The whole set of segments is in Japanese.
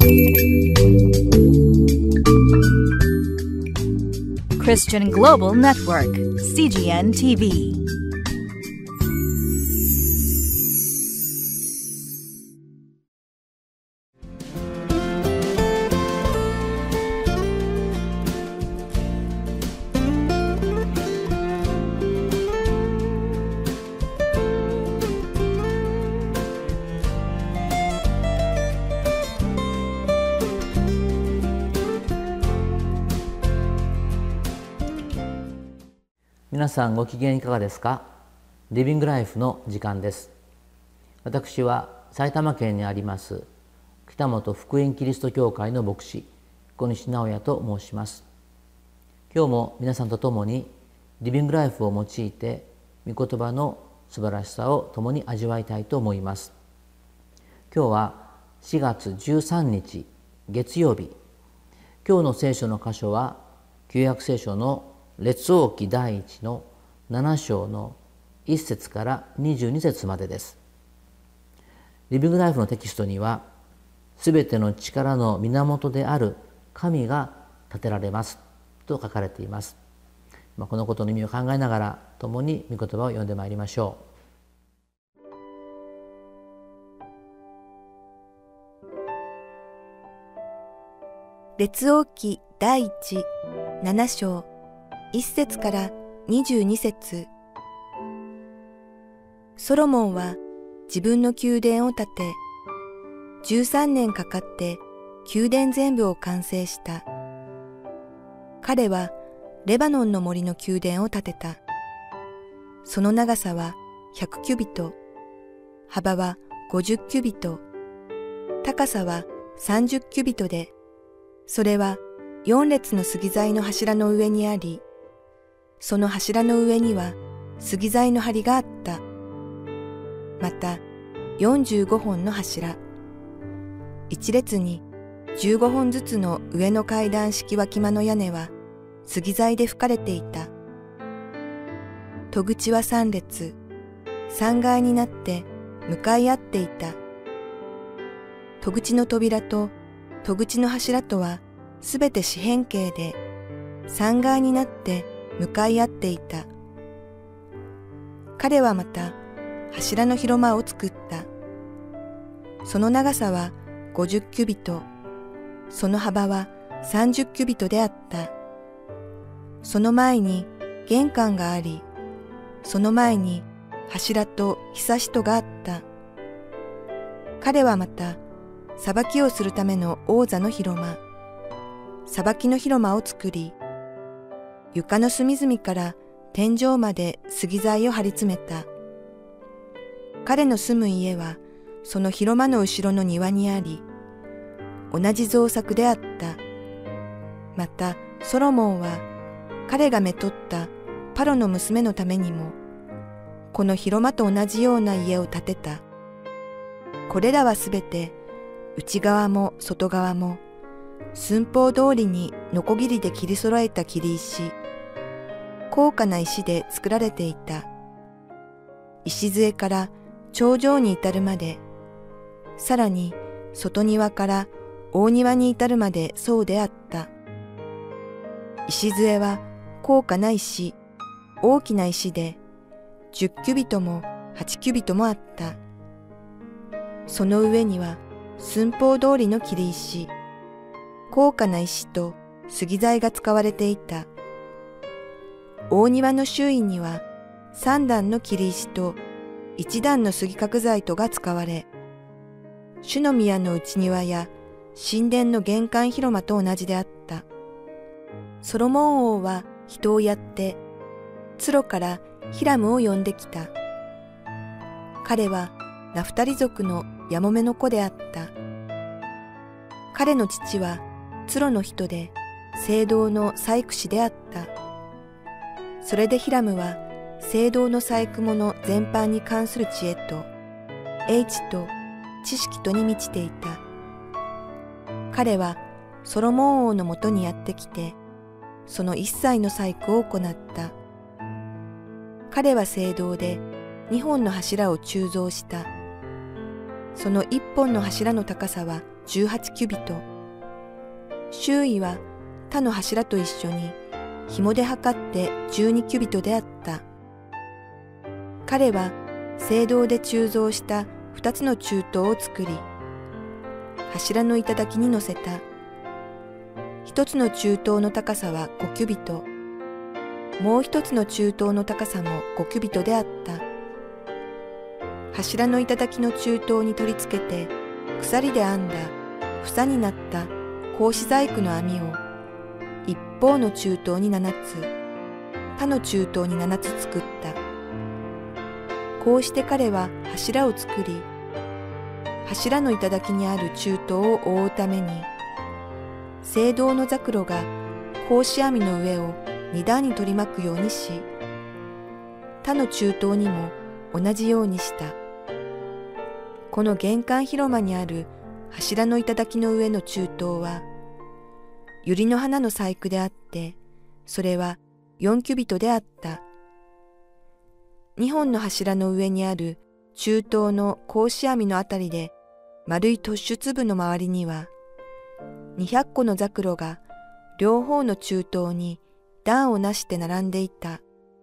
Christian Global Network, CGN TV. 皆さんご機嫌いかがですか？リビングライフの時間です。私は埼玉県にあります北本福音キリスト教会の牧師小西直也と申します。今日も皆さんと共にリビングライフを用いて御言葉の素晴らしさを共に味わいたいと思います。今日は4月13日月曜日。今日の聖書の箇所は旧約聖書の列王記第1の7章の1節から22節までです。リビングライフのテキストには、すべての力の源である神が立てられますと書かれています。このことの意味を考えながら共に御言葉を読んでまいりましょう。列王記第7章1節から22節。ソロモンは自分の宮殿を建て、13年かかって宮殿全部を完成した。彼はレバノンの森の宮殿を建てた。その長さは100キュビト、幅は50キュビト、高さは30キュビトで、それは4列の杉材の柱の上にあり、その柱の上には杉材の梁があった。また45本の柱、一列に15本ずつの上の階段式脇間の屋根は杉材で吹かれていた。戸口は3列、3階になって向かい合っていた。戸口の扉と戸口の柱とはすべて四辺形で、3階になって向かい合っていた。彼はまた柱の広間を作った。その長さは50キュビト、その幅は30キュビトであった。その前に玄関があり、その前に柱とひさし戸があった。彼はまた裁きをするための王座の広間、裁きの広間を作り、床の隅々から天井まで杉材を張り詰めた。彼の住む家はその広間の後ろの庭にあり、同じ造作であった。またソロモンは彼がめとったパロの娘のためにも、この広間と同じような家を建てた。これらはすべて内側も外側も寸法通りにノコギリで切り揃えた切り石、高価な石で作られていた。礎から頂上に至るまで、さらに外庭から大庭に至るまでそうであった。礎は高価な石、大きな石で、10キュビトも8キュビトもあった。その上には寸法通りの切り石、高価な石と杉材が使われていた。大庭の周囲には3段の切り石と1段の杉角材とが使われ、主の宮の内庭や神殿の玄関広間と同じであった。ソロモン王は人をやって、ツロからヒラムを呼んできた。彼はナフタリ族のヤモメの子であった。彼の父はツロの人で、聖堂の細工師であった。それでヒラムは聖堂の細工物全般に関する知恵と英知と知識とに満ちていた。彼はソロモン王のもとにやってきて、その一切の細工を行った。彼は聖堂で2本の柱を鋳造した。その1本の柱の高さは 18キュビト、周囲は他の柱と一緒に紐で測って12キュビトであった。彼は青銅で鋳造した2つの柱塔を作り、柱の頂に乗せた。一つの柱塔の高さは5キュビト、もう一つの柱塔の高さも5キュビトであった。柱の頂の柱塔に取り付けて、鎖で編んだ房になった格子細工の網を一方の柱塔に7つ、他の柱塔に7つ作った。こうして彼は柱を作り、柱の頂にある柱塔を覆うために、青銅のザクロが格子網の上を2段に取り巻くようにし、他の柱塔にも同じようにした。この玄関広間にある柱の頂の上の柱塔は、百合の花の細工であって、それは4キュビトであった。2本の柱の上にある柱塔の格子網のあたりで、丸い突出粒の周りには、200個のザクロが両方の柱塔に段をなして並んでいた。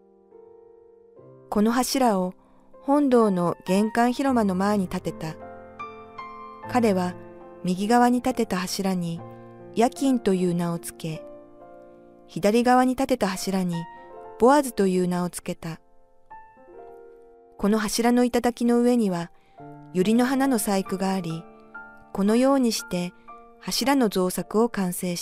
この柱を本堂の玄関広間の前に立てた。彼は右側に立てた柱にヤキンという名をつけ、左側に立てた柱にボアズという名をつけた。この柱の頂の上には百合の花の細工があり、このようにして柱の造作を完成した。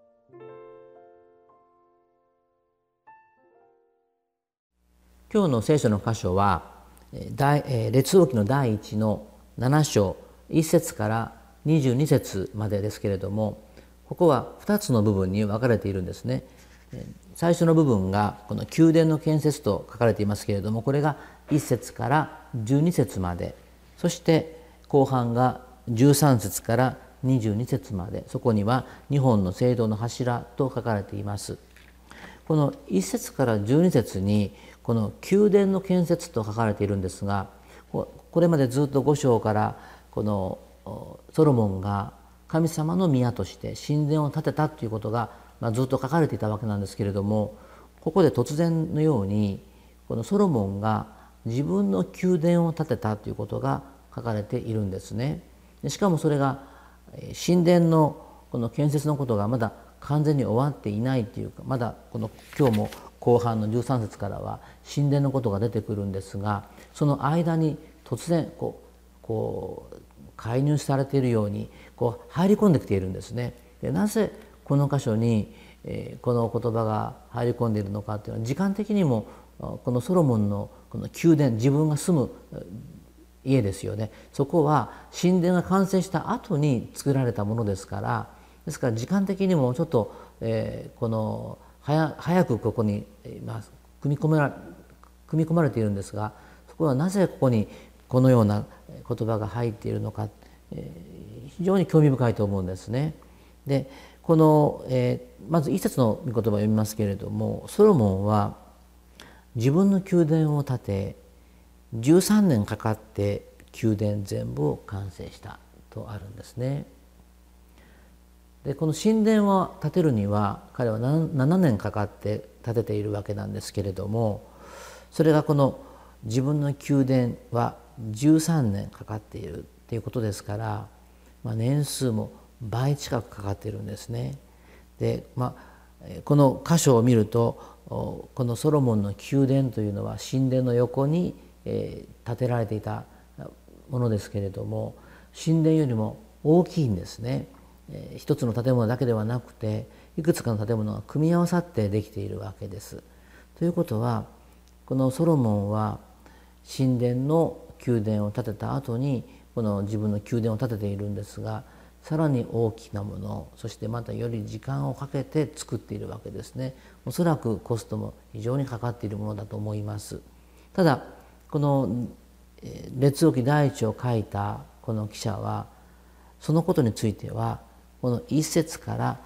今日の聖書の箇所は列王記の第1の7章1節から22節までですけれども、ここは2つの部分に分かれているんですね。最初の部分がこの宮殿の建設と書かれていますけれども、これが1節から12節まで、そして後半が13節から22節まで、そこには2本の青銅の柱と書かれています。この1節から12節にこの宮殿の建設と書かれているんですが、これまでずっと5章からこのソロモンが神様の宮として神殿を建てたということがずっと書かれていたわけなんですけれども、ここで突然のようにこのソロモンが自分の宮殿を建てたということが書かれているんですね。しかもそれが神殿のこの建設のことがまだ完全に終わっていないというか、まだこの今日も後半の13節からは神殿のことが出てくるんですが、その間に突然こう介入されているように入り込んできているんですね。でなぜこの箇所にこの言葉が入り込んでいるのかというのは、時間的にもこのソロモンのこの宮殿、自分が住む家ですよね。そこは神殿が完成した後に作られたものですから、ですから時間的にもちょっとこの早くここに組み込まれているんですが、そこはなぜここにこのような言葉が入っているのか、非常に興味深いと思うんですね。でこの、まず一節の御言葉を読みますけれども、ソロモンは自分の宮殿を建て13年かかって宮殿全部を完成したとあるんですね。でこの神殿を建てるには彼は7年かかって建てているわけなんですけれども、それがこの自分の宮殿は13年かかっているということですから、年数も倍近くかかっているんですね。で、この箇所を見ると、このソロモンの宮殿というのは神殿の横に建てられていたものですけれども、神殿よりも大きいんですね。一つの建物だけではなくて、いくつかの建物が組み合わさってできているわけです。ということは、このソロモンは神殿の宮殿を建てた後にこの自分の宮殿を建てているんですが、さらに大きなもの、そしてまたより時間をかけて作っているわけですね。おそらくコストも非常にかかっているものだと思います。ただこの列王記第一を書いたこの記者は、そのことについてはこの1節から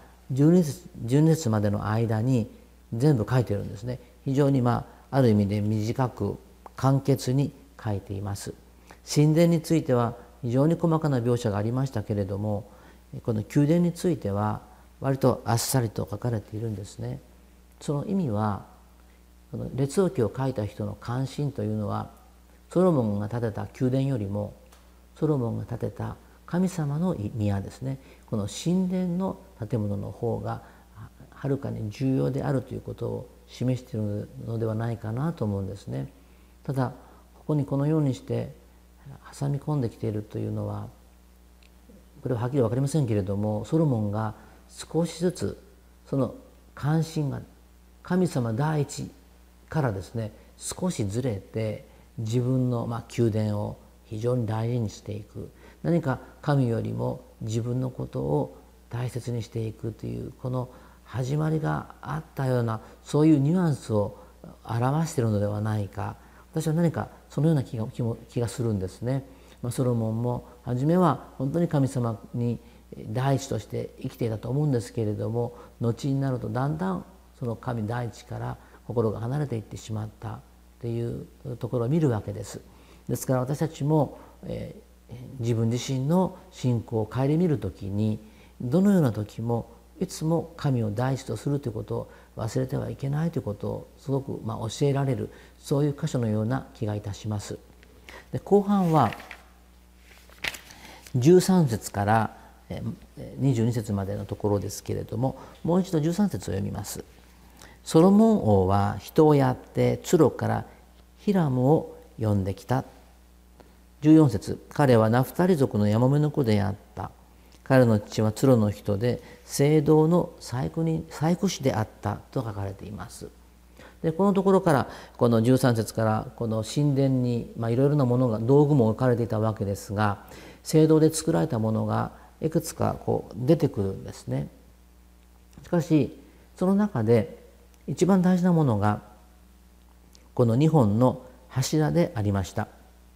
12節までの間に全部書いているんですね。非常にある意味で短く簡潔に書いています。神殿については非常に細かな描写がありましたけれども、この宮殿については割とあっさりと書かれているんですね。その意味は、この列王記を書いた人の関心というのは、ソロモンが建てた宮殿よりもソロモンが建てた神様の宮ですね、この神殿の建物の方がはるかに重要であるということを示しているのではないかなと思うんですね。ただここにこのようにして挟み込んできているというのは、これははっきり分かりませんけれども、ソロモンが少しずつその関心が神様第一からですね、少しずれて自分の宮殿を非常に大事にしていく、何か神よりも自分のことを大切にしていくという、この始まりがあったような、そういうニュアンスを表しているのではないか、私は何かそのような気がするんですね。ソロモンも初めは本当に神様に第一として生きていたと思うんですけれども、後になるとだんだんその神第一から心が離れていってしまったというところを見るわけです。ですから私たちも、自分自身の信仰を顧みるときに、どのような時もいつも神を第一とするということを忘れてはいけないということをすごく教えられる、そういう箇所のような気がいたします。で、後半は13節から22節までのところですけれども、もう一度13節を読みます。ソロモン王は人をやってツロからヒラムを呼んできた。14節、彼はナフタリ族のヤモメの子であった。彼の父はツロの人で聖堂の細工師であったと書かれています。でこのところからこの13節からこの神殿にいろいろなものが道具も置かれていたわけですが、聖堂で作られたものがいくつか出てくるんですね。しかしその中で一番大事なものがこの2本の柱でありました。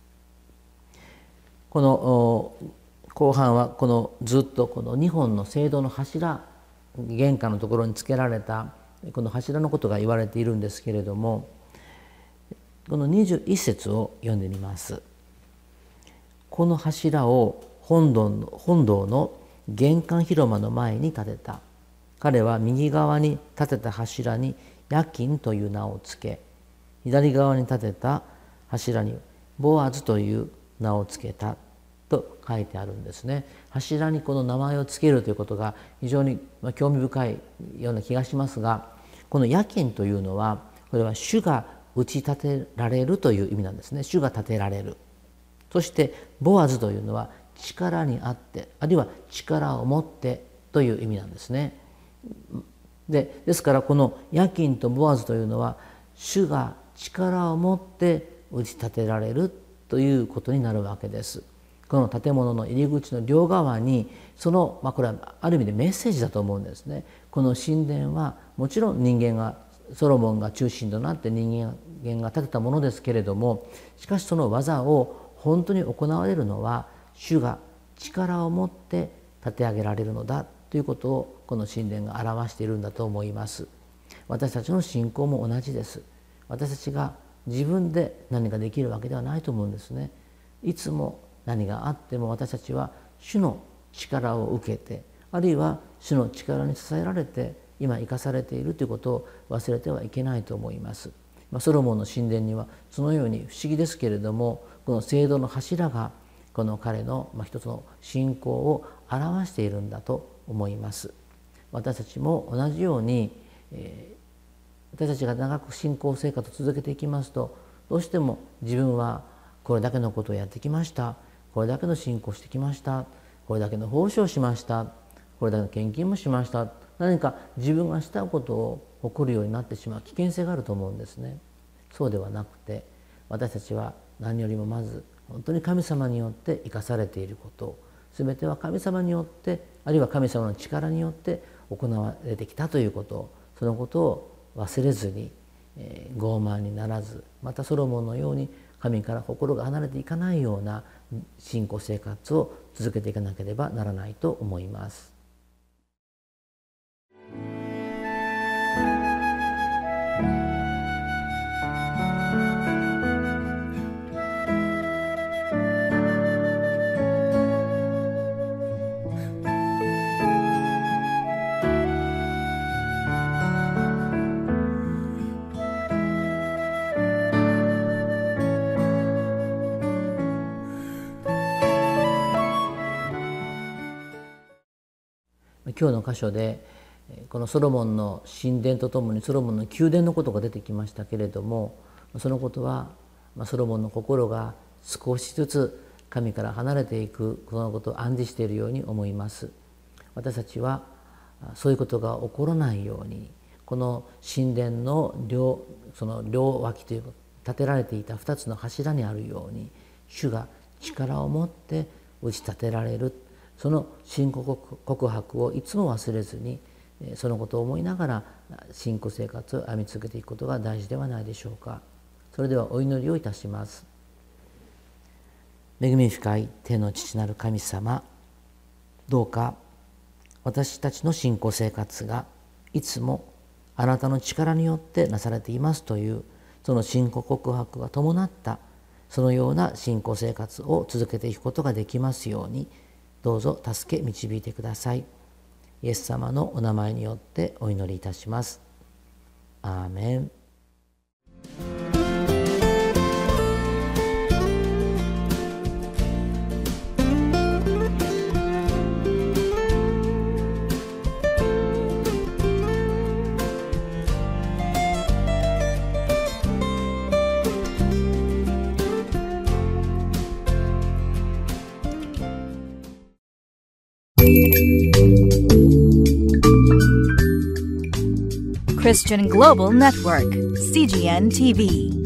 この後半はこのずっとこの2本の聖堂の柱、玄関のところにつけられたこの柱のことが言われているんですけれども、この21節を読んでみます。この柱を本堂の玄関広間の前に立てた。彼は右側に立てた柱にヤキンという名をつけ、左側に立てた柱にボアズという名をつけたと書いてあるんですね。柱にこの名前をつけるということが非常に興味深いような気がしますが、このヤキンというのは、これは主が打ち立てられるという意味なんですね。主が立てられる。そしてボアズというのは力にあって、あるいは力を持ってという意味なんですね。ですからこのヤキンとボアズというのは、主が力を持って打ち立てられるということになるわけです。この建物の入り口の両側にその、これはある意味でメッセージだと思うんですね。この神殿はもちろん人間が、ソロモンが中心となって人間が建てたものですけれども、しかしその技を本当に行われるのは主が力を持って立て上げられるのだということをこの神殿が表しているんだと思います。私たちの信仰も同じです。私たちが自分で何かできるわけではないと思うんですね。いつも何があっても私たちは主の力を受けて、あるいは主の力に支えられて今生かされているということを忘れてはいけないと思います。ソロモンの神殿にはそのように不思議ですけれども、この聖堂の柱がこの彼の一つの信仰を表しているんだと思います。私たちも同じように、私たちが長く信仰生活を続けていきますと、どうしても自分はこれだけのことをやってきました、これだけの信仰をしてきました、これだけの奉仕をしました、これだけの献金もしました、何か自分がしたことを誇るようになってしまう危険性があると思うんですね。そうではなくて、私たちは何よりもまず本当に神様によって生かされていること、全ては神様によって、あるいは神様の力によって行われてきたということ、そのことを忘れずに、傲慢にならず、またソロモンのように神から心が離れていかないような信仰生活を続けていかなければならないと思います。 今日の箇所でこのソロモンの神殿とともにソロモンの宮殿のことが出てきましたけれども、そのことはソロモンの心が少しずつ神から離れていくそのことを暗示しているように思います。私たちはそういうことが起こらないように、この神殿のその両脇という立てられていた2つの柱にあるように、主が力を持って打ち立てられる、その信仰告白をいつも忘れずに、そのことを思いながら信仰生活を歩み続けていくことが大事ではないでしょうか。それではお祈りをいたします。恵み深い天の父なる神様、どうか私たちの信仰生活がいつもあなたの力によってなされていますというその信仰告白が伴ったそのような信仰生活を続けていくことができますように、どうぞ助け導いてください。イエス様のお名前によってお祈りいたします。アーメン。 Christian Global Network, CGN TV.